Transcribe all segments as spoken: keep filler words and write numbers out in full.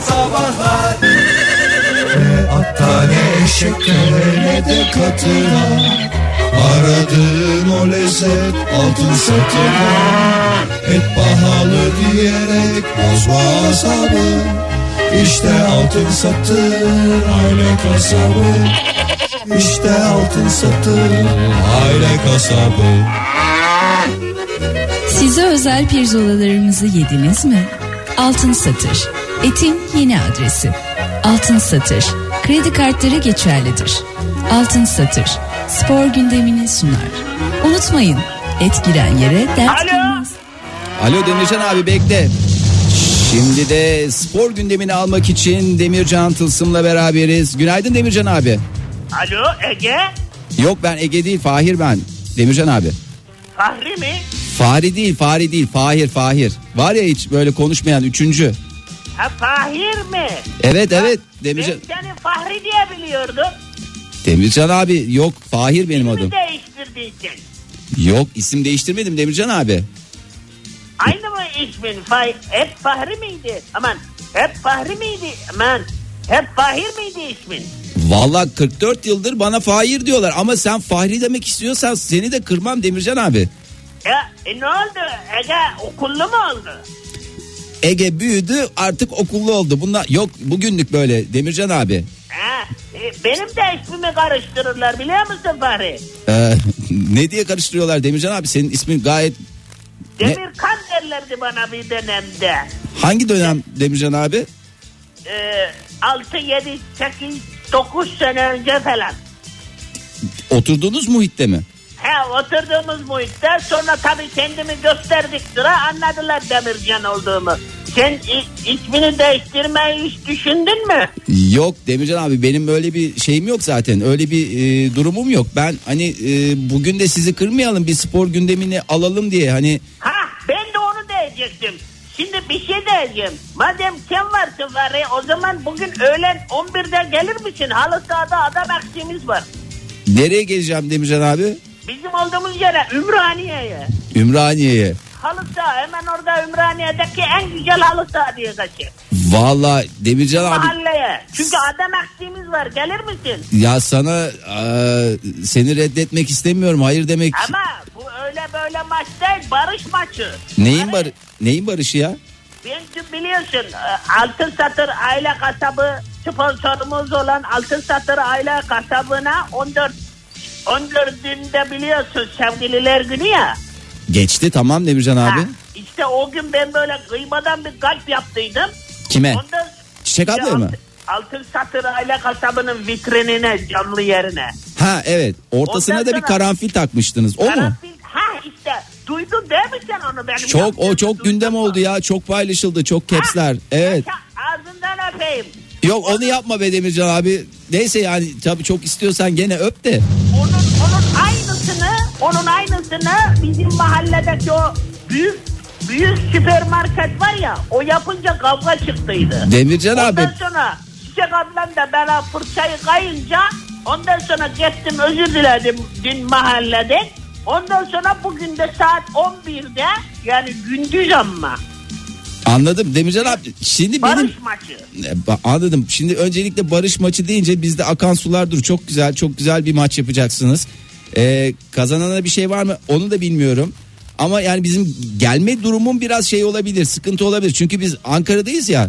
Sabahlar. Ne atta ne eşeklere ne de katıra, aradığın o lezzet Altın Satır'da. Et pahalı diyerek bozma asabı, İşte Altın Satır aile kasabı. İşte Altın Satır aile kasabı. Size özel pirzolalarımızı yediniz mi? Altın Satır, etin yeni adresi. Altın Satır, kredi kartları geçerlidir. Altın Satır, spor gündemini sunar. Unutmayın, et giren yere dert girmez. Alo Demircan abi, bekle. Şimdi de spor gündemini almak için Demircan Tılsım'la beraberiz. Günaydın Demircan abi. Alo Ege. Yok, ben Ege değil, Fahir ben. Demircan abi. Fahri mi? Fahri değil, Fahri değil, Fahir, Fahir. Var ya hiç böyle konuşmayan üçüncü. Ha, Fahir mi? Evet evet Demircan. Ben seni Fahri diye biliyordum. Demircan abi yok, Fahir benim adım. İsmi değiştirdiysen. Yok, isim değiştirmedim Demircan abi. Aynı mı ismin? Fah- hep Fahri miydi? Aman hep Fahri miydi? Aman hep Fahir miydi ismin? Vallahi kırk dört yıldır bana Fahir diyorlar ama sen Fahri demek istiyorsan seni de kırmam Demircan abi. Ya e, ne oldu? Ege okullu mu oldu? Ege büyüdü, artık okullu oldu. Bunlar yok, bugünlük böyle Demircan abi. Ha, e, benim de ismimi karıştırırlar biliyor musun Fahri? Ee, ne diye karıştırıyorlar Demircan abi? Senin ismin gayet... Demirkan derlerdi bana bir dönemde. Hangi dönem Demircan abi? Ee, altı, yedi, sekiz, dokuz sene önce falan. Oturduğunuz muhitte mi? He, oturduğumuz muhitte, sonra tabii kendimi gösterdik sıra, anladılar Demircan olduğumu. Sen i- ismini değiştirmeyi hiç düşündün mü? Yok Demircan abi, benim öyle bir şeyim yok zaten. Öyle bir e, durumum yok. Ben hani e, bugün de sizi kırmayalım, bir spor gündemini alalım diye hani. Ha, ben de onu diyecektim. Şimdi bir şey diyeceğim. Madem sen varsın Fahri, o zaman bugün öğlen on birde gelir misin? Halı sahada adam aksimiz var. Nereye geleceğim Demircan abi? Bizim olduğumuz yere, Ümraniye'ye. Ümraniye'ye. Halı saha hemen orada, Ümraniye'deki en güzel halı saha diye kaçıyor. Vallahi Demircan abi. Mahalleye. Çünkü adam aksimiz var, gelir misin? Ya sana e, seni reddetmek istemiyorum, hayır demek. Ama bu öyle böyle maç değil, barış maçı. Neyin bar neyin barışı ya? Çünkü biliyorsun Altın Satır Aile Kasabı sponsorumuz olan Altın Satır Aile Kasabı'na on dört on dördünde biliyorsun Sevgililer Günü ya. Geçti tamam Demircan abi. Ha, işte o gün ben böyle kıymadan bir kalp yaptıydım. Kime? Ondan, Çiçek işte ablaya mı? Altın, Altın Satır Aile Kasabı'nın vitrinine, camlı yerine. Ha evet, ortasına Ondan da bir sonra- karanfil takmıştınız, o mu? Karanfil, ha işte duydun değil mi sen onu benim? Çok, yaptığımı o çok duydun gündem mu? oldu ya, çok paylaşıldı, çok capsler. Evet. Yaşa, ağzından öpeyim. Yok onu yapma be Demircan abi. Neyse yani tabii çok istiyorsan gene öp de. Onun onun aynısını, onun aynısını bizim mahalledeki o büyük büyük süpermarket var ya, o yapınca kavga çıktıydı. Demircan ondan abi. Ondan sonra Çiçek ablam da bana fırçayı kayınca, ondan sonra gittim özür diledim dün mahallede. Ondan sonra bugün de saat on birde, yani gündüz ama. Anladım Demircan abi. Şimdi Barış benim maçı. E, ba- anladım. Şimdi öncelikle barış maçı deyince bizde akan sular dur. Çok güzel, çok güzel bir maç yapacaksınız. Ee, kazanana bir şey var mı? Onu da bilmiyorum. Ama yani bizim gelme durumun biraz şey olabilir, sıkıntı olabilir. Çünkü biz Ankara'dayız ya.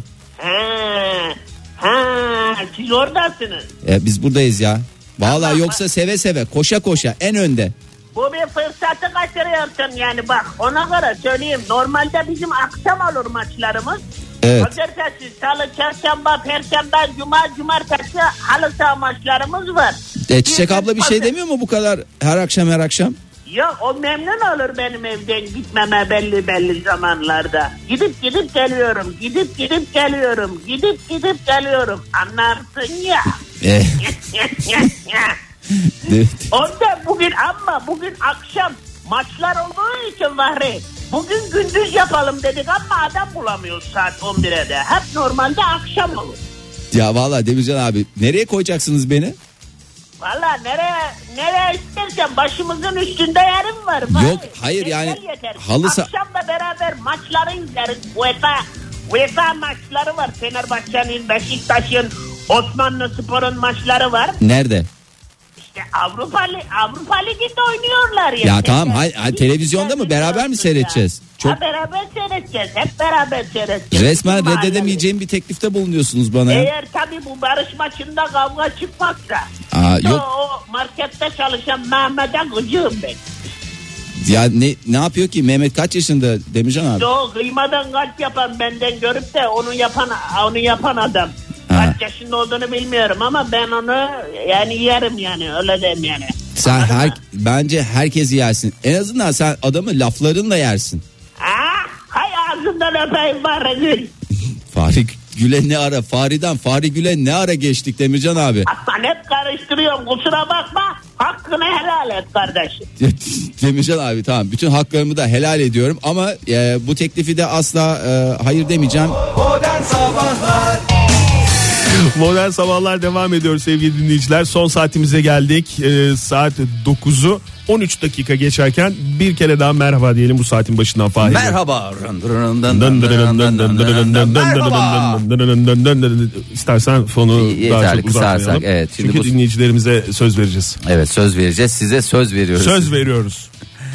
Ha, ha, siz oradasınız. E, biz buradayız ya. Vallahi Ama- yoksa seve seve, koşa koşa en önde. Bu bir fırsatı kaçırıyorsun yani, bak ona göre söyleyeyim. Normalde bizim akşam olur maçlarımız. Evet. Pazartesi, salı, çarşamba, perşembe, cuma, cumartesi halı saha maçlarımız var. E, Çiçek Bir abla bir pazar- şey demiyor mu bu kadar her akşam her akşam? Yok, o memnun olur benim evden gitmeme belli belli zamanlarda. Gidip gidip geliyorum, gidip gidip geliyorum, gidip gidip geliyorum. Anlarsın ya. Eh. Evet. Orada bugün ama bugün akşam maçlar olduğu için Fahri, bugün gündüz yapalım dedik ama adam bulamıyoruz saat on birde de. Hep normalde akşam olur. Ya vallahi Demircan abi, nereye koyacaksınız beni? Valla nereye nereye istersen, başımızın üstünde yerim var. Fahri. Yok, hayır Yeter, yani yeter. halı sa- Akşam da beraber maçları izleriz. UEFA UEFA maçları var. Fenerbahçe'nin, Beşiktaş'ın, Osmanlıspor'un maçları var. Nerede? İşte Avrupa, Avrupa Ligi'nde oynuyorlar ya. Ya tamam, hay, hay, televizyonda mı beraber mi seyredeceğiz? Çok... Ha, beraber seyredeceğiz. Hep beraber seyredeceğiz. Resmen reddedemeyeceğim bir teklifte bulunuyorsunuz bana. Eğer tabii bu barış maçında kavga çıkmazsa. Aa, yok. O markette çalışan Mehmet'e gıcığım ben. Ya ne ne yapıyor ki? Mehmet kaç yaşında Demircan abi? Yo, kıymadan kalp yapan benden görüp de onu yapan onu yapan adam. Ha. Kaç yaşında olduğunu bilmiyorum ama ben onu yani yerim yani, öyle diyeyim yani. Sen her, bence herkes yersin. En azından sen adamı laflarınla yersin. Ha? Hay ağzından öpeyim Fahri Gül. Fahri Gül'e ne ara? Fahri'den Fahri Gül'e ne ara geçtik Demircan abi? Aman hep karıştırıyorum, kusura bakma. Hakkını helal et kardeşim. Demircan abi tamam, bütün haklarımı da helal ediyorum ama e, bu teklifi de asla e, hayır demeyeceğim. Modern Sabahlar. Modern Sabahlar devam ediyor sevgili dinleyiciler. Son saatimize geldik. Ee, saat dokuzu on üç dakika geçerken bir kere daha merhaba diyelim bu saatin başından Fahir. Merhaba. İstersen fonu daha Yeterli, çok uzatmayalım. evet, şimdi çünkü bu... dinleyicilerimize söz vereceğiz. Evet, söz vereceğiz. Size söz veriyoruz. Söz veriyoruz.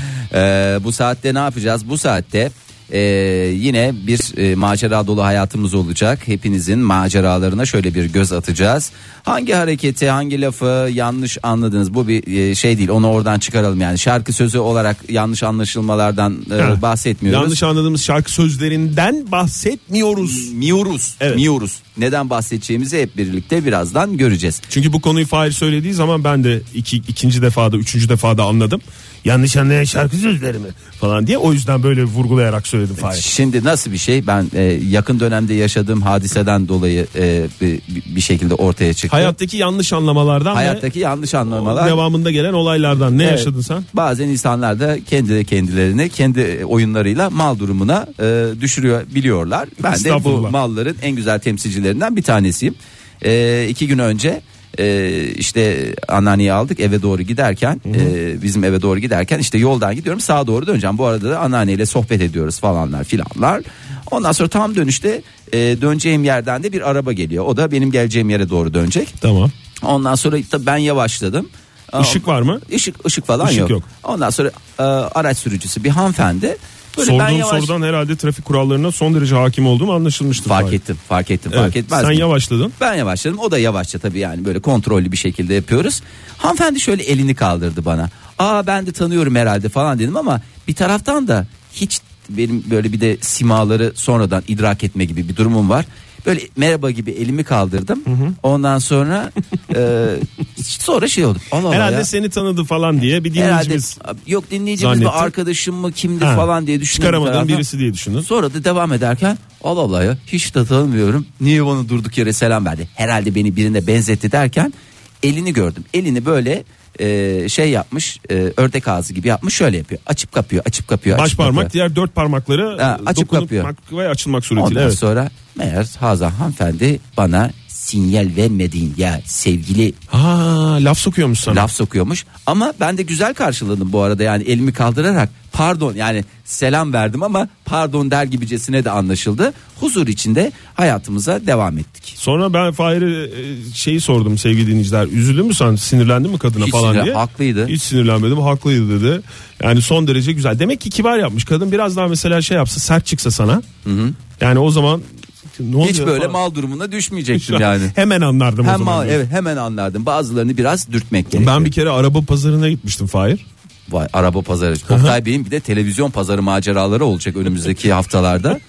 Ee, bu saatte ne yapacağız? Bu saatte Ee, yine bir e, macera dolu hayatımız olacak. Hepinizin maceralarına şöyle bir göz atacağız. Hangi hareketi, hangi lafı yanlış anladınız? Bu bir e, şey değil. Onu oradan çıkaralım yani. Şarkı sözü olarak yanlış anlaşılmalardan e, bahsetmiyoruz. Yanlış anladığımız şarkı sözlerinden bahsetmiyoruz. Miyoruz. Evet. Miyoruz. Neden bahsedeceğimizi hep birlikte birazdan göreceğiz. Çünkü bu konuyu Fahir söylediği zaman ben de iki, ikinci defada, üçüncü defada anladım. Yanlış anlayan şarkı sözleri mi falan diye, o yüzden böyle vurgulayarak söyledim Fahir. Şimdi nasıl bir şey? Ben e, yakın dönemde yaşadığım hadiseden dolayı e, bir, bir şekilde ortaya çıktı. Hayattaki yanlış anlamalardan Hayattaki ve yanlış anlamalar. devamında gelen olaylardan ne Evet. yaşadın sen? Bazen insanlar da kendi kendilerini kendi oyunlarıyla mal durumuna e, düşürüyor biliyorlar. Ben de bu Estağfurullah. malların en güzel temsilcilerinden bir tanesiyim. E, iki gün önce e, işte anneanneyi aldık, eve doğru giderken e, bizim eve doğru giderken işte yoldan gidiyorum, sağa doğru döneceğim. Bu arada da anneanneyle sohbet ediyoruz falanlar filanlar. Ondan sonra tam dönüşte e, döneceğim yerden de bir araba geliyor. O da benim geleceğim yere doğru dönecek. Tamam. Ondan sonra da ben yavaşladım. Işık var mı? Işık ışık falan Işık yok. yok. Ondan sonra e, araç sürücüsü bir hanımefendi. Böyle ben Sorduğun yavaş... sorudan herhalde trafik kurallarına son derece hakim olduğum anlaşılmıştır. Fark Fahir. ettim, fark ettim, Evet, fark etmez sen mi? yavaşladın. Ben yavaşladım. O da yavaşça tabii, yani böyle kontrollü bir şekilde yapıyoruz. Hanımefendi şöyle elini kaldırdı bana. Aa, ben de tanıyorum herhalde falan dedim ama bir taraftan da hiç benim böyle bir de simaları sonradan idrak etme gibi bir durumum var. Böyle merhaba gibi elimi kaldırdım. Hı hı. Ondan sonra e, sonra şey oldu. Allah Allah Herhalde ya. seni tanıdı falan diye bir dinleyicimiz. Herhalde, yok dinleyicimiz mi, zannetti. arkadaşım mı, kimdir Ha, falan diye düşündüm. çıkaramadığın birisi diye düşündün. Sonra da devam ederken Allah Allah ya, hiç de tanımıyorum. Niye bana durduk yere selam verdi? Herhalde beni birine benzetti derken elini gördüm. Elini böyle e, şey yapmış, e, ördek ağzı gibi yapmış, şöyle yapıyor. Açıp kapıyor, açıp kapıyor. Baş açıp parmak, kapıyor. diğer dört parmakları Ha, açıp dokunup kapıyor. ve açılmak suretiyle. Ondan Evet. sonra meğer Hazan hanımefendi bana sinyal vermedin ya sevgili, Ha, laf sokuyormuş sana. laf sokuyormuş. Ama ben de güzel karşıladım bu arada, yani elimi kaldırarak pardon, yani selam verdim ama pardon der gibicesine de anlaşıldı. Huzur içinde hayatımıza devam ettik. Sonra ben Fahir'e e, şeyi sordum sevgili dinleyiciler. Üzüldün mü sen, sinirlendin mi kadına Hiç falan sinirlen- diye. haklıydı. Hiç sinirlenmedim, haklıydı dedi. Yani son derece güzel. Demek ki kibar yapmış. Kadın biraz daha mesela şey yapsa, sert çıksa sana. Hı hı. Yani o zaman ne Hiç oluyor böyle falan. mal durumuna düşmeyecektim yani. Hemen anlardım o Hem zaman. mal, diyor. evet, hemen anlardım. Bazılarını biraz dürtmek gerekiyor. Ben bir kere araba pazarına gitmiştim Fahir. Vay, araba pazarı. Oktay Bey'in bir de televizyon pazarı maceraları olacak önümüzdeki haftalarda.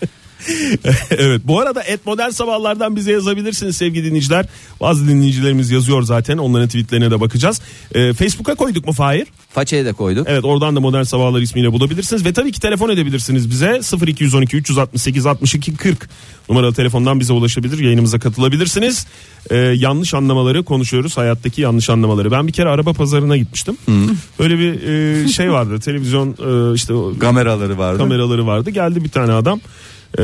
Evet, bu arada et modern sabahlardan bize yazabilirsiniz sevgili dinleyiciler. Bazı dinleyicilerimiz yazıyor zaten, onların tweetlerine de bakacağız. Ee, Facebook'a koyduk mu Fahir? Façeye de koyduk. Evet, oradan da modern sabahlar ismiyle bulabilirsiniz. Ve tabii ki telefon edebilirsiniz bize. sıfır iki on iki üç altı sekiz altmış iki kırk numaralı telefondan bize ulaşabilir, yayınımıza katılabilirsiniz. Ee, yanlış anlamaları konuşuyoruz, hayattaki yanlış anlamaları. Ben bir kere araba pazarına gitmiştim. Hı. Böyle bir e, şey vardı, televizyon e, işte Kameraları vardı. kameraları vardı. Geldi bir tane adam. Ee,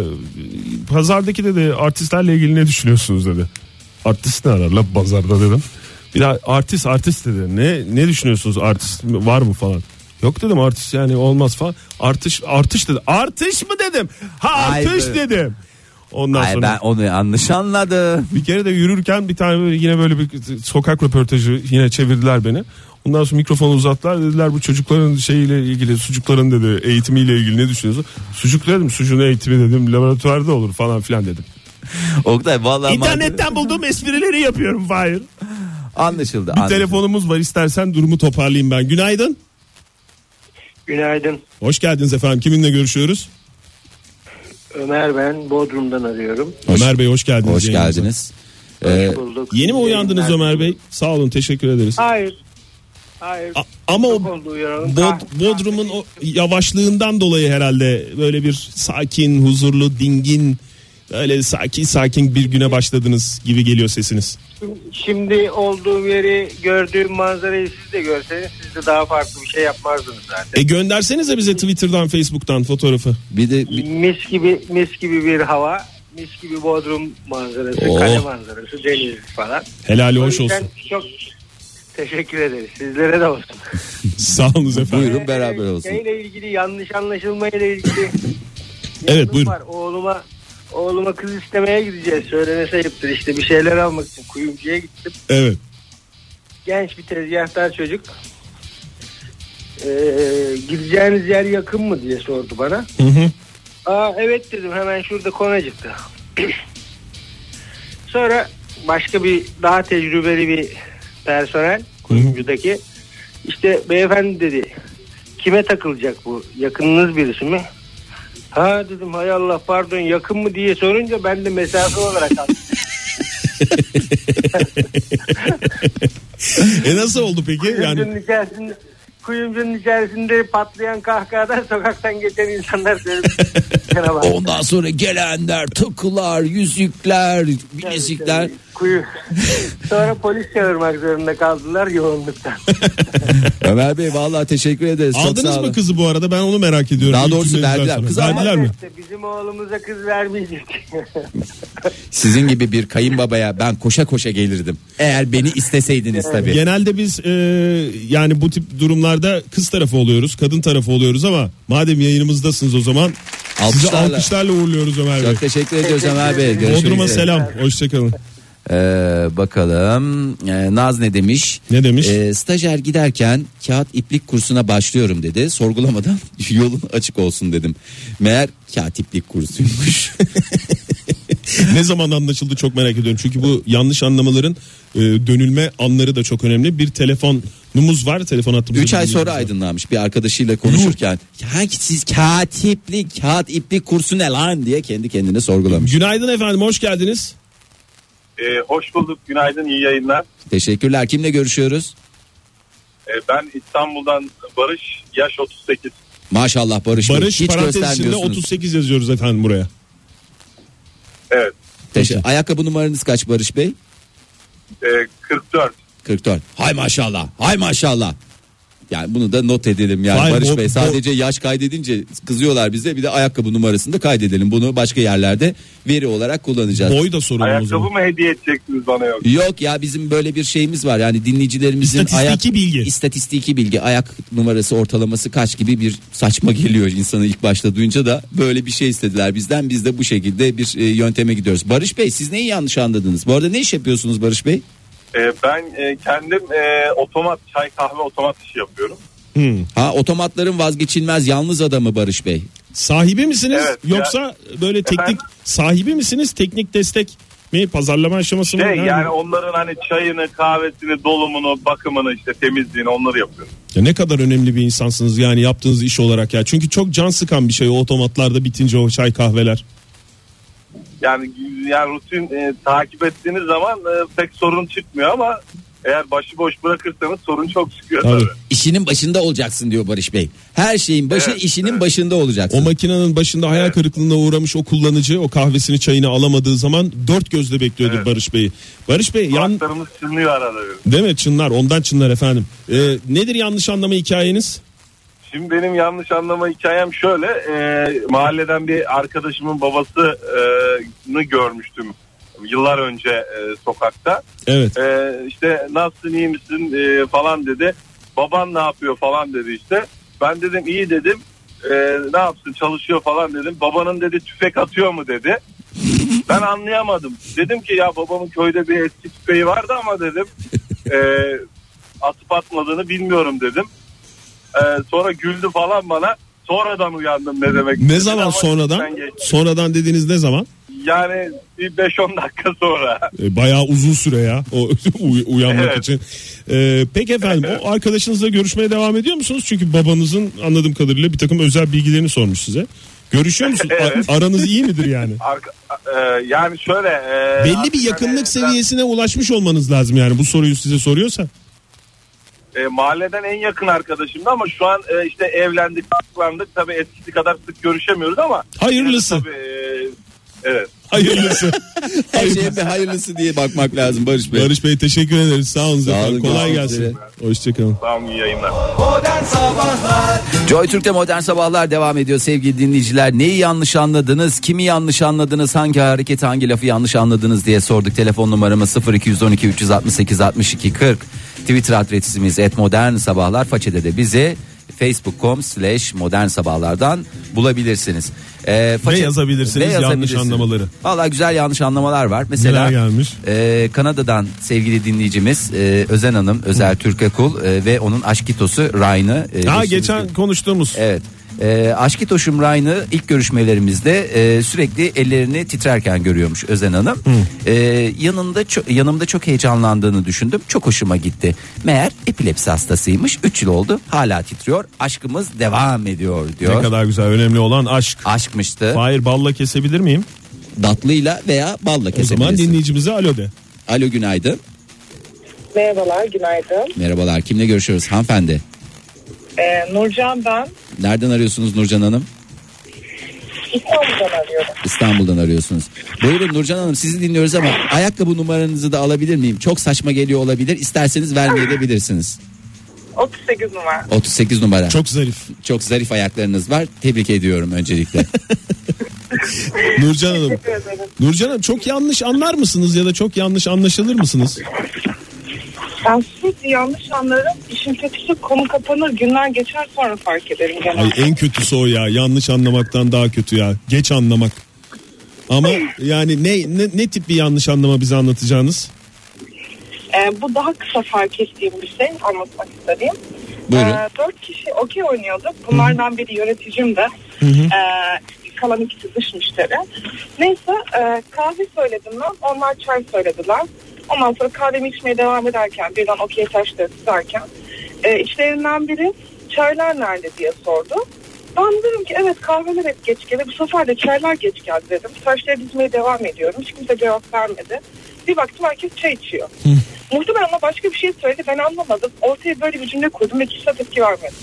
pazardaki dedi, artistlerle ilgili ne düşünüyorsunuz dedi. Artist ne arar la pazarda dedim. Bir daha artist artist dedi. Ne ne düşünüyorsunuz, artist var mı falan. Yok dedim artış yani olmaz falan. Artış artış dedi. Artış mı dedim? Ha artış Ay, dedim. Ondan Ay sonra ben onu yanlış anladım. bir kere de yürürken bir tane böyle yine böyle bir sokak röportajı yine çevirdiler beni. Ondan sonra mikrofonu uzattılar, dediler bu çocukların şeyiyle ilgili, sucukların dedi eğitimiyle ilgili ne düşünüyorsun? Sucuk dedim, sucuğun eğitimi dedim laboratuvarda olur falan filan dedim. Oktay vallahi İnternetten bulduğum esprileri yapıyorum Fahir. Anlaşıldı. Bir anlaşıldı. telefonumuz var, istersen durumu toparlayayım ben. Günaydın. Günaydın. Hoş geldiniz efendim. Kiminle görüşüyoruz? Ömer ben Bodrum'dan arıyorum. Hoş- Ömer Bey hoş geldiniz. Hoş yayınımıza. geldiniz. Ee, Hoş bulduk. Yeni mi uyandınız Yayınlar. Ömer Bey? Sağ olun, teşekkür ederiz. Hayır. Hayır. A- ama o Çok oldu uyaralım. Bod- Kah- Bodrum'un o yavaşlığından dolayı herhalde böyle bir sakin, huzurlu, dingin, öyle sakin sakin bir güne başladınız gibi geliyor sesiniz. Şimdi olduğum yeri, gördüğüm manzarayı siz de görseniz siz de daha farklı bir şey yapmazdınız zaten. E göndersenize bize Twitter'dan, Facebook'tan fotoğrafı. bir de bir- Mis gibi mis gibi bir hava, mis gibi Bodrum manzarası, Oo. kale manzarası, deniz falan. Helali O hoş yüzden olsun. çok teşekkür ederiz. Sizlere de olsun. Sağ olun efendim. Buyurun beraber olsun. Şeyle ilgili, yanlış anlaşılmayla ilgili. Evet, yanım buyurun. Var. Oğluma oğluma kız istemeye gideceğiz. Söylemese ayıptır, işte bir şeyler almak için kuyumcuya gittim. Evet. Genç bir tezgahtar çocuk. Ee, gideceğiniz yer yakın mı diye sordu bana. Hı hı. Aa evet dedim, hemen şurada Konacık'ta. Sonra başka bir daha tecrübeli bir personel kuyumcudaki, işte beyefendi dedi, kime takılacak bu, yakınınız birisi mi? Ha dedim, hay Allah pardon, yakın mı diye sorunca ben de mesafe olarak aldım. E nasıl oldu peki? Kuyumcunun Yani içerisinde kuyumcunun içerisinde patlayan kahkahadan sokaktan geçen insanlar söylüyor. ondan sonra gelenler, takılar, yüzükler, bilezikler. Kuyu. Sonra polis çağırmak zorunda kaldılar yoğunluktan. Ömer Bey vallahi teşekkür ederiz. Çok aldınız sağ mı olun. kızı bu arada? Ben onu merak ediyorum. Daha İlk doğrusu cümlenizden verdiler. sonra. Kız Verdiler mi? İşte bizim oğlumuza kız vermeyecek. Sizin gibi bir kayınbabaya ben koşa koşa gelirdim. Eğer beni isteseydiniz tabii. Genelde biz e, yani bu tip durumlarda kız tarafı oluyoruz, kadın tarafı oluyoruz ama madem yayınımızdasınız o zaman sizi Alkışlarla. alkışlarla uğurluyoruz Ömer Bey. Çok teşekkür ediyoruz Ömer Bey. Görüşmek Bodrum'a üzere. selam. Hoşçakalın. Ee, bakalım ee, Naz ne demiş? Ne demiş? Ee, stajyer giderken kağıt iplik kursuna başlıyorum dedi. Sorgulamadan yolun açık olsun dedim. Meğer kağıt iplik kursuymuş. Ne zaman anlaşıldı çok merak ediyorum. Çünkü bu yanlış anlamaların e, dönülme anları da çok önemli. Bir telefonumuz var. Telefon hattımızda. Üç ay bildiğiniz sonra var. aydınlanmış bir arkadaşıyla konuşurken. Ya siz kağıt iplik, kağıt iplik kursu ne lan diye kendi kendine sorgulamış. Günaydın efendim, hoş geldiniz. Ee, hoş bulduk, günaydın, iyi yayınlar. Teşekkürler. Kimle görüşüyoruz? Ee, ben İstanbul'dan Barış, yaş otuz sekiz. Maşallah Barış Bey. Barış Hiç parantez içinde göstermiyorsunuz. otuz sekiz yazıyoruz efendim buraya. Evet, Teşekkür. Ayakkabı numaranız kaç Barış Bey? ee, kırk dört. kırk dört. Hay maşallah. Hay maşallah. Yani bunu da not edelim yani Hayır, Barış o- Bey o- sadece yaş kaydedince kızıyorlar bize, bir de ayakkabı numarasını da kaydedelim. Bunu başka yerlerde veri olarak kullanacağız. Boy da soralım o Ayakkabı zaman. mı hediye edeceksiniz bana yok? Yok ya, bizim böyle bir şeyimiz var yani dinleyicilerimizin İstatistiki ayak bilgi. istatistiki bilgi, ayak numarası ortalaması kaç gibi bir saçma geliyor insana ilk başta duyunca, da böyle bir şey istediler bizden, biz de bu şekilde bir e, yönteme gidiyoruz. Barış Bey, siz neyi yanlış anladınız? Bu arada ne iş yapıyorsunuz Barış Bey? Ee, ben e, kendim e, otomat, çay kahve otomat işi yapıyorum. Hmm. Ha, otomatların vazgeçilmez yalnız adamı Barış Bey. Sahibi misiniz Evet, yoksa böyle teknik Efendim? sahibi misiniz, teknik destek mi, pazarlama aşaması mı? Şey, Yani- yani onların hani çayını, kahvesini, dolumunu, bakımını, işte temizliğini, onları yapıyorum. Ya ne kadar önemli bir insansınız yani yaptığınız iş olarak ya. Çünkü çok can sıkan bir şey o otomatlarda bitince o çay kahveler. Yani yani rutin e, takip ettiğiniz zaman e, pek sorun çıkmıyor ama eğer başıboş bırakırsanız sorun çok çıkıyor Tabii. tabii. İşinin başında olacaksın diyor Barış Bey. Her şeyin başı Evet, işinin evet. başında olacaksın. O makinenin başında hayal Evet. kırıklığına uğramış o kullanıcı o kahvesini çayını alamadığı zaman dört gözle bekliyordur Evet. Barış Bey'i. Barış Bey yan, Kulaklarımız çınlıyor arada bir. değil mi, çınlar ondan çınlar efendim. Ee, nedir yanlış anlama hikayeniz? Şimdi benim yanlış anlama hikayem şöyle. E, mahalleden bir arkadaşımın babasını görmüştüm yıllar önce e, sokakta. Evet. E, işte nasılsın, iyi misin e, falan dedi. Baban ne yapıyor falan dedi işte. Ben dedim iyi dedim. Ee, ne yapsın çalışıyor falan dedim. Babanın dedi tüfek atıyor mu dedi. Ben anlayamadım. Dedim ki ya babamın köyde bir eski tüfeği vardı ama dedim e, atıp atmadığını bilmiyorum dedim. E, sonra güldü falan bana. Sonradan uyandım ne demek. Ne zaman sonradan? Sonradan dediğiniz ne zaman? Yani bir beş on dakika sonra. E, bayağı uzun süre ya o uy- uyanmak evet. için. E, peki efendim o arkadaşınızla görüşmeye devam ediyor musunuz? Çünkü babanızın anladığım kadarıyla bir takım özel bilgilerini sormuş size. Görüşüyor musunuz? Evet. A- aranız iyi midir yani? Arka, e, yani şöyle. E, Belli bir yakınlık yani, seviyesine ulaşmış olmanız lazım yani bu soruyu size soruyorsa. E, mahalleden en yakın arkadaşımdı ama şu an e, işte evlendik, saklandık. Tabii eskisi kadar sık görüşemiyoruz ama. Hayırlısı. Yani, tabii, e, evet. Hayırlısı. Her şeye bir hayırlısı diye bakmak lazım Barış Bey. Barış Bey teşekkür ederiz. Sağ olun. Sağ olun, Kolay görüşmek gelsin. üzere. Hoşçakalın. Tamam iyi yayınlar. Modern Sabahlar Joy Türk'te Modern Sabahlar devam ediyor sevgili dinleyiciler. Neyi yanlış anladınız? Kimi yanlış anladınız? Hangi hareketi, hangi lafı yanlış anladınız diye sorduk. Telefon numaramız sıfır iki on iki üç altı sekiz altmış iki kırk. Twitter adresimiz et modern sabahlar. Façede de bizi facebook nokta com slash modern sabahlardan bulabilirsiniz. Ee, Ve yazabilirsiniz yanlış anlamaları. Valla güzel yanlış anlamalar var. Mesela Neler gelmiş? E, Kanada'dan sevgili dinleyicimiz e, Özen Hanım, Özel Türkekul e, ve onun aşkitosu Ryan'ı. E, Ha geçtiğimiz geçen gün- konuştuğumuz. Evet. E, Aşkitoşum Ryan'ı ilk görüşmelerimizde e, sürekli ellerini titrerken görüyormuş Özen Hanım. E, yanında ço- yanımda çok heyecanlandığını düşündüm. Çok hoşuma gitti. Meğer epilepsi hastasıymış. üç yıl oldu. Hala titriyor. Aşkımız devam ediyor diyor. Ne kadar güzel, önemli olan aşk. Aşkmıştı. Hayır, balla kesebilir miyim? Datlıyla veya balla O zaman kesebilirsin. dinleyicimize alo de. Alo günaydın. Merhabalar, günaydın. Merhabalar. Kimle görüşüyoruz hanımefendi? Ee, Nurcan ben. Nereden arıyorsunuz Nurcan Hanım? İstanbul'dan arıyorum. İstanbul'dan arıyorsunuz. Buyurun Nurcan Hanım, sizi dinliyoruz ama ayakkabı numaranızı da alabilir miyim? Çok saçma geliyor olabilir. İsterseniz vermeyebilirsiniz. otuz sekiz numara. otuz sekiz numara. Çok, Çok zarif. çok zarif ayaklarınız var. Tebrik ediyorum öncelikle. Nurcan Hanım. Teşekkür ederim. Nurcan Hanım, çok yanlış anlar mısınız ya da çok yanlış anlaşılır mısınız? Ben sürekli yanlış anlarım. İşin kötüsü konu kapanır. Günler geçer sonra fark ederim Ay, genelde. en kötüsü o ya. Yanlış anlamaktan daha kötü ya. Geç anlamak. Ama yani ne ne, ne tip bir yanlış anlama bize anlatacağınız? Ee, bu daha kısa fark ettiğim bir şey. Anlatmak istediğim. Buyurun. Ee, dört kişi okey oynuyorduk. Bunlardan biri yöneticim de. Ee, kalan ikisi dış müşteri. Neyse e, kahve söyledim ben. Onlar çay söylediler. Ondan sonra kahvemi içmeye devam ederken birden okey taşları tutarken e, içlerinden biri çaylar nerede diye sordu. Ben dedim ki evet kahveler hep geç gelir. Bu sefer de çaylar geç geldi dedim. Taşları dizmeye devam ediyorum. Hiç kimse cevap vermedi. Bir baktım herkes çay içiyor. Muhtemelen ona başka bir şey söyledi. Ben anlamadım. Ortaya böyle bir cümle kurdum ve kimse tepki vermedi.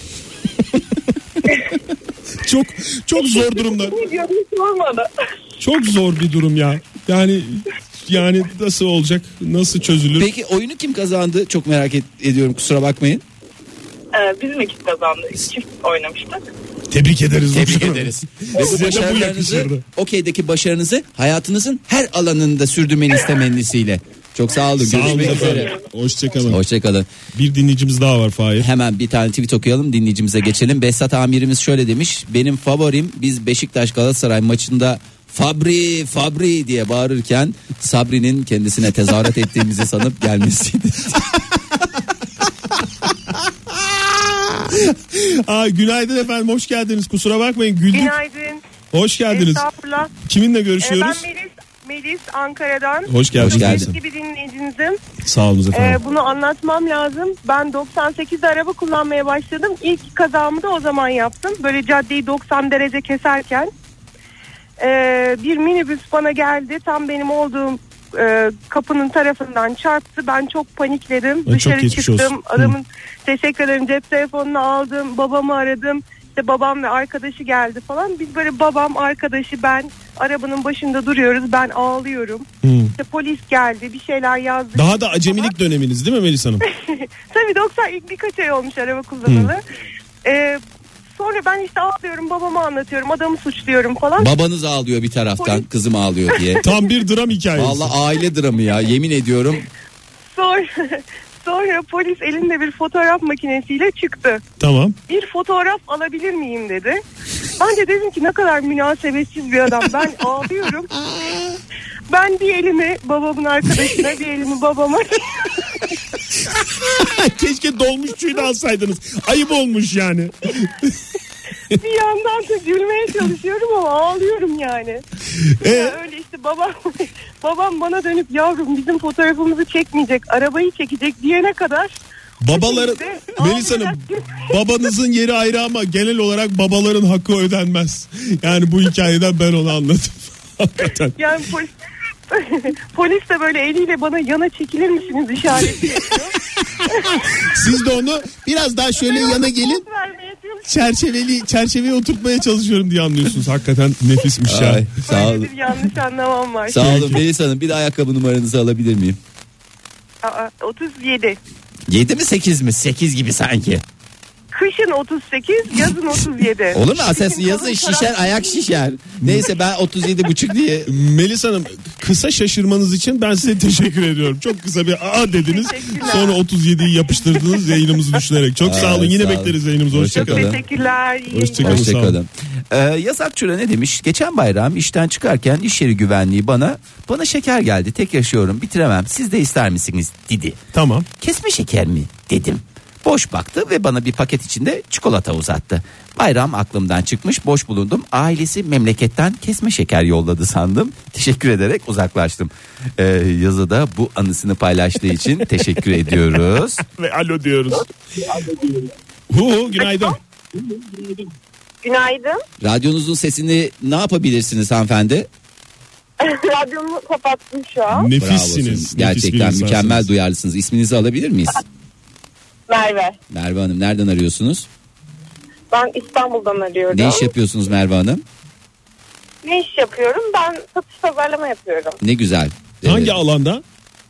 Çok çok zor durumlar. Ne diyor hiç sormadı. Çok zor bir durum ya. Yani yani nasıl olacak? Nasıl çözülür? Peki oyunu kim kazandı? Çok merak et- ediyorum, kusura bakmayın. Ee, bizim ekip kazandı. Çift oynamıştık. Tebrik ederiz. Tebrik Nurcan Hanım. ederiz. Ve bu Size de bu başarılarınızı, yakışırdı. okeydeki başarınızı hayatınızın her alanında sürdürmeniz temennisiyle. Çok sağ olun. Sağ olun Görüşmek üzere. efendim. Hoşçakalın. Hoşçakalın. Bir dinleyicimiz daha var Fahir. Hemen bir tane tweet okuyalım, dinleyicimize geçelim. Behzat amirimiz şöyle demiş: benim favorim, biz Beşiktaş Galatasaray maçında Fabri Fabri diye bağırırken Sabri'nin kendisine tezahürat ettiğimizi sanıp gelmesiydi. Aa, günaydın efendim, hoş geldiniz. Kusura bakmayın, güldük. Günaydın. Hoş geldiniz. Estağfurullah. Kiminle Ee, görüşüyoruz? ben Melis, Melis Ankara'dan. Hoş geldiniz. Hoş geldin. Eski bir dinleyicinizim. Sağ olun efendim. Ee, bunu anlatmam lazım. Ben doksan sekizde araba kullanmaya başladım. İlk kazamı da o zaman yaptım. Böyle caddeyi doksan derece keserken. Ee, bir minibüs bana geldi. Tam benim olduğum e, kapının tarafından çarptı. Ben çok panikledim. Ay, çok Dışarı geçmiş çıktım. olsun. Adamın teşekkür ederim. Cep telefonunu aldım. Babamı aradım. İşte babam ve arkadaşı geldi falan. Biz böyle babam, arkadaşı, ben arabanın başında duruyoruz. Ben ağlıyorum. Hmm. İşte polis geldi. Bir şeyler yazdı. Daha da acemilik döneminiz değil mi Melis Hanım? Tabii doksan ilk birkaç ay olmuş araba kullanalı. Ee, sonra ben işte ağlıyorum, babama anlatıyorum, adamı suçluyorum falan. Babanız ağlıyor bir taraftan, Polis- kızım ağlıyor diye. Tam bir dram hikayesi. Vallahi aile dramı ya, yemin ediyorum. Sonra, Sonra polis elinde bir fotoğraf makinesiyle çıktı. Tamam. Bir fotoğraf alabilir miyim dedi. Ben de dedim ki ne kadar münasebetsiz bir adam. Ben ağlıyorum. Ben bir elimi babamın arkadaşına, bir elimi babama. Keşke dolmuşçuyu da alsaydınız. Ayıp olmuş yani. Bir yandan da gülmeye çalışıyorum ama ağlıyorum yani. Ee? Ya öyle işte babam babam bana dönüp yavrum bizim fotoğrafımızı çekmeyecek, arabayı çekecek diyene kadar. Babaların, Melis Hanım, babanızın yeri ayrı ama genel olarak babaların hakkı ödenmez. Yani bu hikayeden ben onu anladım. Hakikaten. Yani polis, polis de böyle eliyle bana yana çekilir misiniz işareti yapıyor. Siz de onu biraz daha şöyle yana gelin. Çerçeveli çerçeveye oturtmaya çalışıyorum diye anlıyorsunuz. Hakikaten nefismiş ya. Ay, sağ olun. Bir yanlış anlamam var. Sağ olun Melis Hanım, bir de ayakkabı numaranızı alabilir miyim? Aa, otuz yedi. yedi mi sekiz mi? sekiz gibi sanki. Kışın otuz sekiz, yazın otuz yedi. Olur mu? Asas yazın şişer, ayak şişer. Neyse ben otuz yedi buçuk diye. Melis Hanım, kısa şaşırmanız için ben size teşekkür ediyorum. Çok kısa bir a dediniz. Sonra otuz yediyi yapıştırdınız yayınımızı düşünerek. Çok sağ olun. Yine sağ bekleriz yayınımızı. Hoşçakalın. Çok teşekkürler. Hoşçakalın. Hoşçakalın. Ee, Yazak Çura ne demiş? Geçen bayram işten çıkarken iş yeri güvenliği bana bana şeker geldi. Tek yaşıyorum, bitiremem. Siz de ister misiniz dedi. Tamam. Kesme şeker mi dedim. Boş baktı ve bana bir paket içinde çikolata uzattı. Bayram aklımdan çıkmış, boş bulundum. Ailesi memleketten kesme şeker yolladı sandım. Teşekkür ederek uzaklaştım. Ee, yazıda bu anısını paylaştığı için teşekkür ediyoruz. Ve alo diyoruz. Hu, günaydın. Günaydın. Radyonuzun sesini ne yapabilirsiniz hanımefendi? Radyomu kapattım şu an. Nefissiniz. Bravo, gerçekten nefis mükemmel duyarlısınız. İsminizi alabilir miyiz? Merve. Merve Hanım, nereden arıyorsunuz? Ben İstanbul'dan arıyorum. Ne iş yapıyorsunuz Merve Hanım? Ne iş yapıyorum? Ben satış pazarlama yapıyorum. Ne güzel. Hangi Evet. alanda?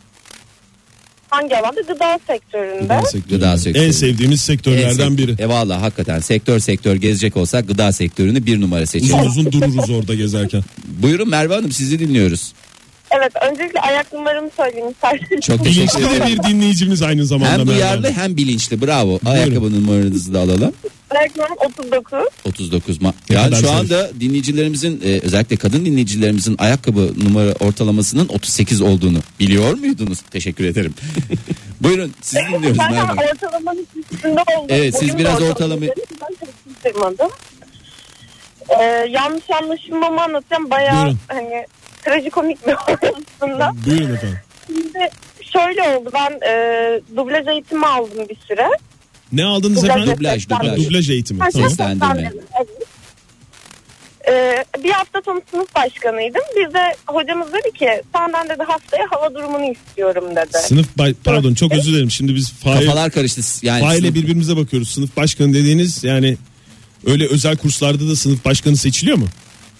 Hangi alanda? Gıda sektöründe. Gıda sektörü. Gıda sektörü. En sevdiğimiz sektörlerden En sek- biri. E valla hakikaten sektör sektör gezecek olsak gıda sektörünü bir numara Uzun seçelim. uzun dururuz orada gezerken. Buyurun Merve Hanım, sizi dinliyoruz. Evet, öncelikle ayak numaramı söyleyeyim isterseniz. Çok teşekkür Bilinçli de ederim. bir dinleyicimiz aynı zamanda. Hem Merve duyarlı Hanım. hem bilinçli, bravo. Ayakkabı numaranızı da alalım. Ayak numaram otuz dokuz. otuz dokuz. Ma- Ne yani kadar şu zarif. anda dinleyicilerimizin e, özellikle kadın dinleyicilerimizin ayakkabı numara ortalamasının otuz sekiz olduğunu biliyor muydunuz? Teşekkür ederim. Buyurun, sizi dinliyoruz Ben Merve Hanım. ortalamanın üstünde oldum. Evet, siz Bugün biraz de ortalamayı- Ben çalıştırmadım. Ee, yanlış anlaşılmamı anlatacağım. Bayağı Buyurun. hani trajikomik bir olay aslında. Buyurun efendim. Şimdi şöyle oldu, ben e, dublaj eğitimi aldım bir süre. Ne aldınız Dublaj efendim? Dublaj, Ha, dublaj. dublaj eğitimi. Ha, Tamam. Seslendirme. Evet. Ee, bir hafta sonu sınıf başkanıydım. Biz de hocamız dedi ki senden dedi haftaya hava durumunu istiyorum dedi. Sınıf bay- pardon çok özür dilerim. Şimdi biz faile, Kafalar karıştı. Yani faile sınıf- birbirimize bakıyoruz. Sınıf başkanı dediğiniz yani öyle özel kurslarda da sınıf başkanı seçiliyor mu?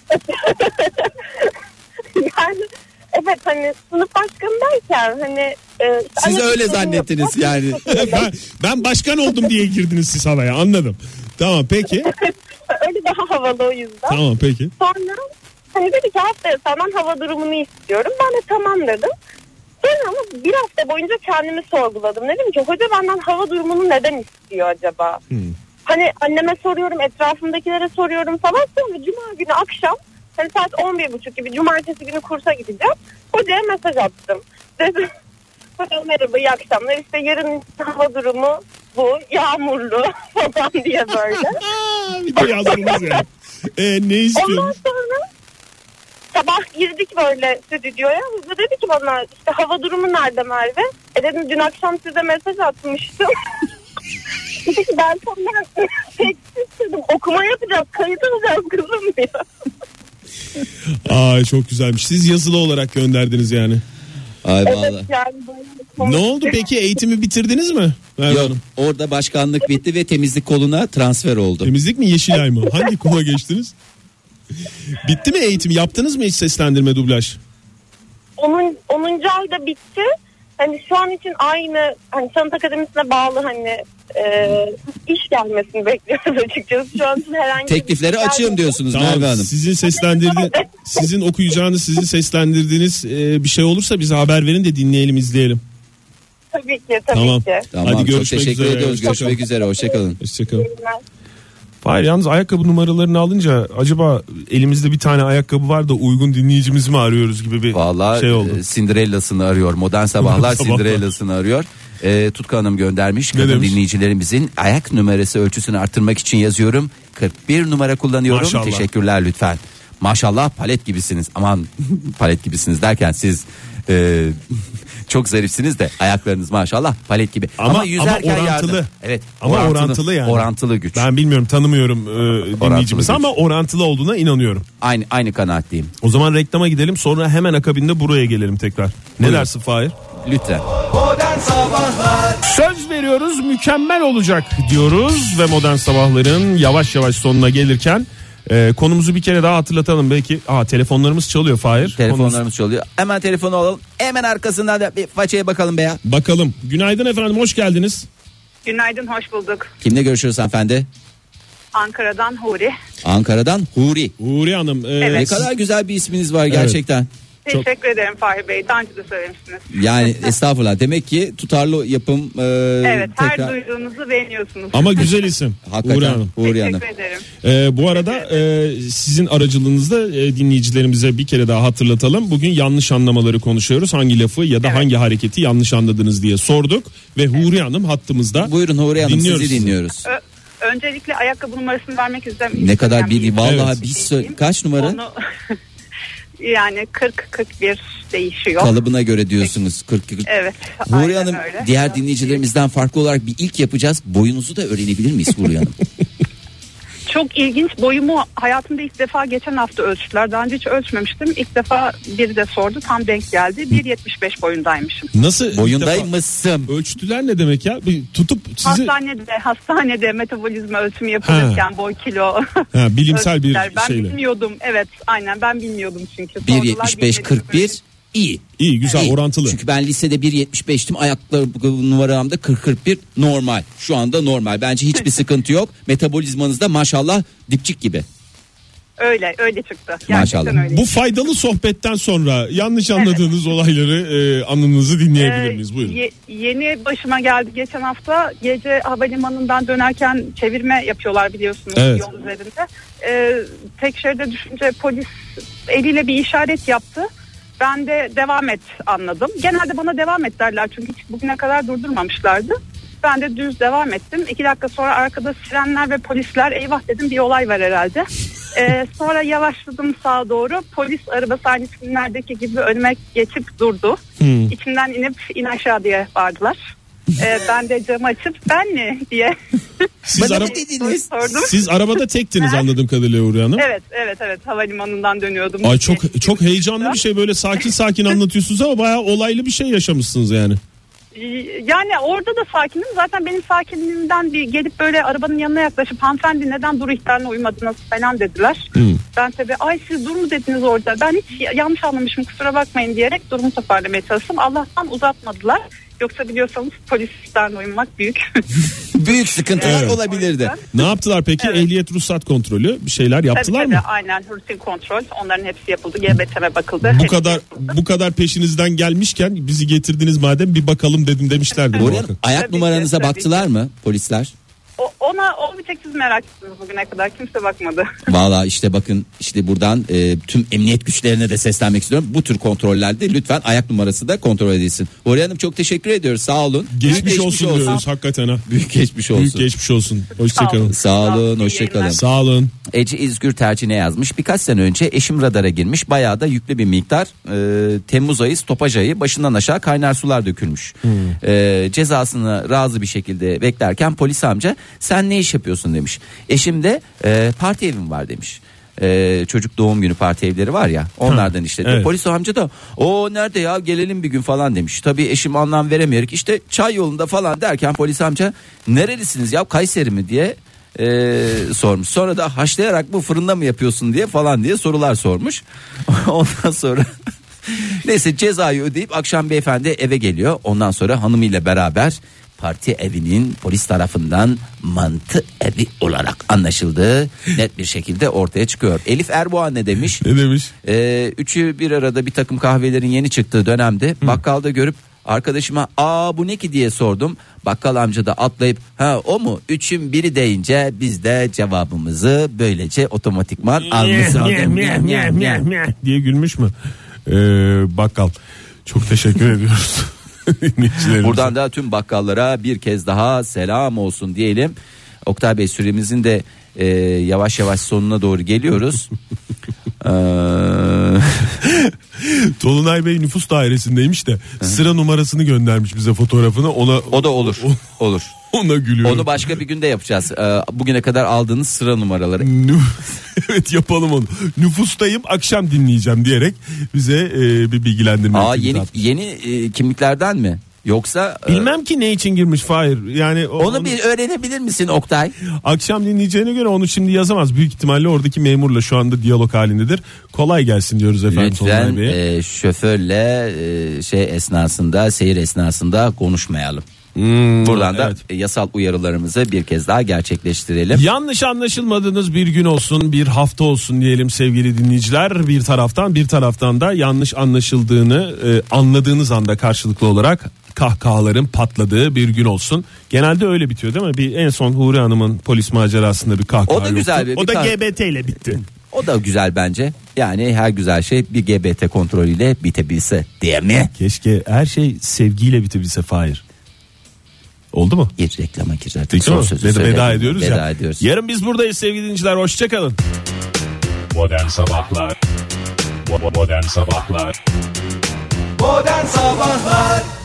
Yani evet, hani sınıf başkanı derken hani e, Siz ayak öyle durumunu- zannettiniz yani. ben, ben başkan oldum diye girdiniz siz havaya, anladım. Tamam peki. Öyle daha havalı o yüzden. Tamam peki. Sonra hani dedi ki haftaya senden hava durumunu istiyorum. Ben de tamam dedim. Sonra ama bir hafta boyunca kendimi sorguladım. Dedim ki hoca benden hava durumunu neden istiyor acaba? Hmm. Hani anneme soruyorum, etrafımdakilere soruyorum falan. Sonra cuma günü akşam hani saat on bir buçuk gibi cumartesi günü kursa gideceğim. Hocaya mesaj attım. Dedim hocam merhaba, iyi akşamlar. İşte yarın hava durumu bu, yağmurlu falan diye böyle. Bir de yazdınız yani. Ee, ne Ondan istiyorsunuz? sonra sabah girdik böyle stüdyoya. Hızlı dedi ki bana işte hava durumu nerede Merve? E dedim dün akşam size mesaj atmıştım. Dedi ki ben senden tekstil istedim. Okuma yapacağız, kayıt alacağız kızım diyor. Ay çok güzelmiş. Siz yazılı olarak gönderdiniz yani. Ay Evet vallahi. yani böyle. Ne oldu peki, eğitimi bitirdiniz mi? Merve Yok, Hanım? orada başkanlık bitti ve temizlik koluna transfer oldu. Temizlik mi, Yeşilay mı? Hangi kola geçtiniz? Bitti mi eğitim? Yaptınız mı hiç seslendirme, dublaj? Onun, onuncu ayda bitti. Hani şu an için aynı hani sanat akademisine bağlı hani e, iş gelmesini bekliyoruz açıkçası. Şu an için herhangi bir Teklifleri şey açığım gelmedi. diyorsunuz Tamam, Merve Hanım. sizin seslendirdi sizin okuyacağınız, sizin seslendirdiğiniz e, bir şey olursa bize haber verin de dinleyelim, izleyelim. Tabii ki tabii Tamam. ki. Tamam, Hadi çok görüşmek teşekkür üzere. ediyoruz. Görüşmek üzere. Hoşçakalın. Hoşçakalın. Hayır, yalnız ayakkabı numaralarını alınca acaba elimizde bir tane ayakkabı var da uygun dinleyicimizi mi arıyoruz gibi bir Vallahi şey oldu. e, Cinderella'sını arıyor. Modern Sabahlar Cinderella'sını arıyor. E, Tutku Hanım göndermiş. Ne Kadın demiş? dinleyicilerimizin ayak numarası ölçüsünü arttırmak için yazıyorum. kırk bir numara kullanıyorum. Maşallah. Teşekkürler lütfen. Maşallah palet gibisiniz. Aman palet gibisiniz derken siz e, çok zarifsiniz de ayaklarınız maşallah palet gibi. Ama, ama yüzerken orantılı. yardım. Evet. Ama orantılı, orantılı yani. Orantılı güç. Ben bilmiyorum, tanımıyorum e, dinleyicimizi güç. ama orantılı olduğuna inanıyorum. Aynı aynı kanaatteyim. O zaman reklama gidelim, sonra hemen akabinde buraya gelelim tekrar. Ne Buyurun. dersin Fahir? Lütfen. Modern Sabahlar Söz veriyoruz, mükemmel olacak diyoruz ve Modern Sabahların yavaş yavaş sonuna gelirken e, konumuzu bir kere daha hatırlatalım. Belki aa, telefonlarımız çalıyor Fahir. Telefonlarımız Konumuz... çalıyor. Hemen telefonu alalım. Hemen arkasından da bir façaya bakalım be ya. Bakalım. Günaydın efendim, hoş geldiniz. Günaydın, hoş bulduk. Kimle görüşüyoruz hanımefendi? Ankara'dan Huri. Ankara'dan Huri. Uğur Hanım. e, Evet. Ne kadar güzel bir isminiz var gerçekten. Çok- Teşekkür ederim Fahri Bey. Daha önce de söylemiştiniz. Yani estağfurullah. Demek ki tutarlı yapım e, Evet, her tekrar... duyduğunuzu beğeniyorsunuz. Ama güzel isim. Hakikaten Uğur Hanım. Huri Hanım. Teşekkür ederim. Ee, bu arada e, sizin aracılığınızda e, dinleyicilerimize bir kere daha hatırlatalım. Bugün yanlış anlamaları konuşuyoruz. Hangi lafı ya da Evet. hangi hareketi yanlış anladınız diye sorduk. Ve Huri Hanım hattımızda. Buyurun Huri Hanım, Dinliyoruz sizi sizi. dinliyoruz. Ö- Öncelikle ayakkabı numarasını vermek istemiyorum. Ne kadar bir vallahi Evet. biz sö- kaç numara? Onu yani kırk kırk bir değişiyor. Kalıbına göre diyorsunuz. kırk kırk. Evet. Huri aynen Hanım, öyle. diğer dinleyicilerimizden farklı olarak bir ilk yapacağız. Boyunuzu da öğrenebilir miyiz Huri Hanım? Çok ilginç, boyumu hayatımda ilk defa geçen hafta ölçtüler. Daha önce hiç ölçmemiştim. İlk defa biri de sordu, tam denk geldi. bir yetmiş beş boyundaymışım. Nasıl? ilk defa- Boyundaymışsın. Ölçtüler ne demek ya? Bir tutup sizi Hastanede hastanede metabolizma ölçümü yapılırken boy kilo ha, bilimsel bir ölçtüler. Ben şeyle. bilmiyordum. Evet, aynen ben bilmiyordum çünkü. bir Sordular, yetmiş beş bilmediğimi kırk bir söyledim. iyi. İyi, güzel, İyi. orantılı. Çünkü ben lisede bir yetmiş beştim, ayaklar numaramda kırk kırk bir normal. Şu anda normal. Bence hiçbir sıkıntı yok. Metabolizmanız da maşallah dipçik gibi. Öyle öyle çıktı. Gerçekten Maşallah. öyle. Bu faydalı sohbetten sonra yanlış anladığınız olayları e, anınızı dinleyebilir Ee, miyiz? Buyurun. ye- yeni başıma geldi geçen hafta, gece havalimanından dönerken çevirme yapıyorlar biliyorsunuz, Evet. yol üzerinde. Ee, tek şeride düşünce polis eliyle bir işaret yaptı. Ben de devam et anladım. Genelde bana devam et derler çünkü hiç bugüne kadar durdurmamışlardı. Ben de düz devam ettim. İki dakika sonra arkada sirenler ve polisler, eyvah dedim, bir olay var herhalde. Ee, sonra yavaşladım sağa doğru. Polis arabası aynı filmlerdeki gibi önüme geçip durdu. Hmm. İçimden inip in aşağı diye bağırdılar. Ee, ben de camı açıp ben mi diye Siz, Bana ara- mı dediniz? sordum. siz arabada tektiniz anladığım kadarıyla Uğur Hanım. Evet evet evet, havalimanından dönüyordum. Ay çok çok heyecanlı bir şey, böyle sakin sakin anlatıyorsunuz ama bayağı olaylı bir şey yaşamışsınız yani. Yani orada da sakinim. Zaten benim sakinliğimden bir gelip böyle arabanın yanına yaklaşıp hanımefendi neden dur ihtarına uymadınız falan dediler. Hmm. Ben tabii ay siz dur mu dediniz orada, ben hiç yanlış anlamışım kusura bakmayın diyerek durumu toparlamaya çalıştım. Allah'tan uzatmadılar. Yoksa biliyorsanız polis ihtarına uymak büyük. Büyük sıkıntılar Evet. olabilirdi. Ne yaptılar peki? Evet. Ehliyet ruhsat kontrolü bir şeyler yaptılar tabii, mı? tabii, aynen rutin kontrol, onların hepsi yapıldı. G B T'me bakıldı. Bu hepsi kadar yapıldı. bu kadar peşinizden gelmişken bizi getirdiniz madem, bir bakalım dedim demişlerdir. Huri muhakkak. Hanım, ayak Tabii ki, numaranıza tabii baktılar mı polisler? O, ona o bir tek siz merak ettiniz bugüne kadar, kimse bakmadı. Valla işte bakın, işte buradan e, tüm emniyet güçlerine de seslenmek istiyorum. Bu tür kontrollerde lütfen ayak numarası da kontrol edilsin. Huri Hanım çok teşekkür ediyoruz, sağ olun. Geçmiş, Büyük olsun diyoruz hakikaten ha. Büyük geçmiş olsun. Büyük geçmiş olsun. Hoşçakalın. Sağ olun, İyi hoşçakalın. yayınlar. Sağ olun. Ece İzgür Tercih ne yazmış? Birkaç sene önce eşim radara girmiş. Bayağı da yüklü bir miktar e, Temmuz ayı stopaj ayı, başından aşağı kaynar sular dökülmüş. E, cezasını razı bir şekilde beklerken polis amca sen ne iş yapıyorsun demiş. Eşim de e, parti evim var demiş. E, çocuk doğum günü parti evleri var ya, onlardan işletiyor. evet. Polis amca da o nerede ya, gelelim bir gün falan demiş. Tabii eşim anlam veremeyerek işte çay yolunda falan derken polis amca nerelisiniz ya, Kayseri mi diye Ee, sormuş. Sonra da haşlayarak bu fırında mı yapıyorsun diye falan diye sorular sormuş. Ondan sonra neyse cezayı ödeyip akşam beyefendi eve geliyor. Ondan sonra hanımıyla beraber parti evinin polis tarafından mantı evi olarak anlaşıldığı net bir şekilde ortaya çıkıyor. Elif Erboğan ne demiş? Ne demiş? Ee, üçü bir arada bir takım kahvelerin yeni çıktığı dönemde bakkalda görüp Arkadaşıma aa bu ne ki diye sordum. Bakkal amca da atlayıp ha o mu üçün biri deyince biz de cevabımızı böylece otomatikman almış olduk. diye gülmüş mü ee, bakkal. Çok teşekkür ediyoruz. Buradan da tüm bakkallara bir kez daha selam olsun diyelim. Oktay Bey, süremizin de e, yavaş yavaş sonuna doğru geliyoruz. ee... Tolunay Bey nüfus dairesindeymiş de sıra numarasını göndermiş bize, fotoğrafını. Ona o da olur. Olur. Ona gülüyorum. Onu başka bir günde yapacağız. Ee, bugüne kadar aldığınız sıra numaraları. Evet, yapalım onu. Nüfustayım, akşam dinleyeceğim diyerek bize e, bir bilgilendirme. Aa, yeni yeni e, kimliklerden mi? Yoksa bilmem e, ki ne için girmiş Fahir. Yani o, onu, onu bir öğrenebilir misin Oktay? Akşam dinleyeceğine göre onu şimdi yazamaz. Büyük ihtimalle oradaki memurla şu anda diyalog halindedir. Kolay gelsin diyoruz efendim. Lütfen e, şoförle e, şey esnasında, seyir esnasında konuşmayalım. Hmm, Buradan da evet. yasal uyarılarımızı bir kez daha gerçekleştirelim. Yanlış anlaşılmadığınız bir gün olsun, bir hafta olsun diyelim sevgili dinleyiciler. Bir taraftan bir taraftan da yanlış anlaşıldığını e, anladığınız anda karşılıklı olarak kahkahaların patladığı bir gün olsun. Genelde öyle bitiyor değil mi? Bir en son Huri Hanım'ın polis macerasında bir kahkaha O da güzel bir, O bir da kah- G B T ile bitti. O da güzel bence. Yani her güzel şey bir G B T kontrolüyle bitebilse diye mi? Keşke her şey sevgiyle bitebilse Fahir. Oldu mu? Gir reklama gir artık. Peki, son sözü veda, veda ediyoruz veda ya. Ediyoruz. Yarın biz buradayız sevgili dinleyiciler. Hoşçakalın. Modern Sabahlar Modern Sabahlar Modern Sabahlar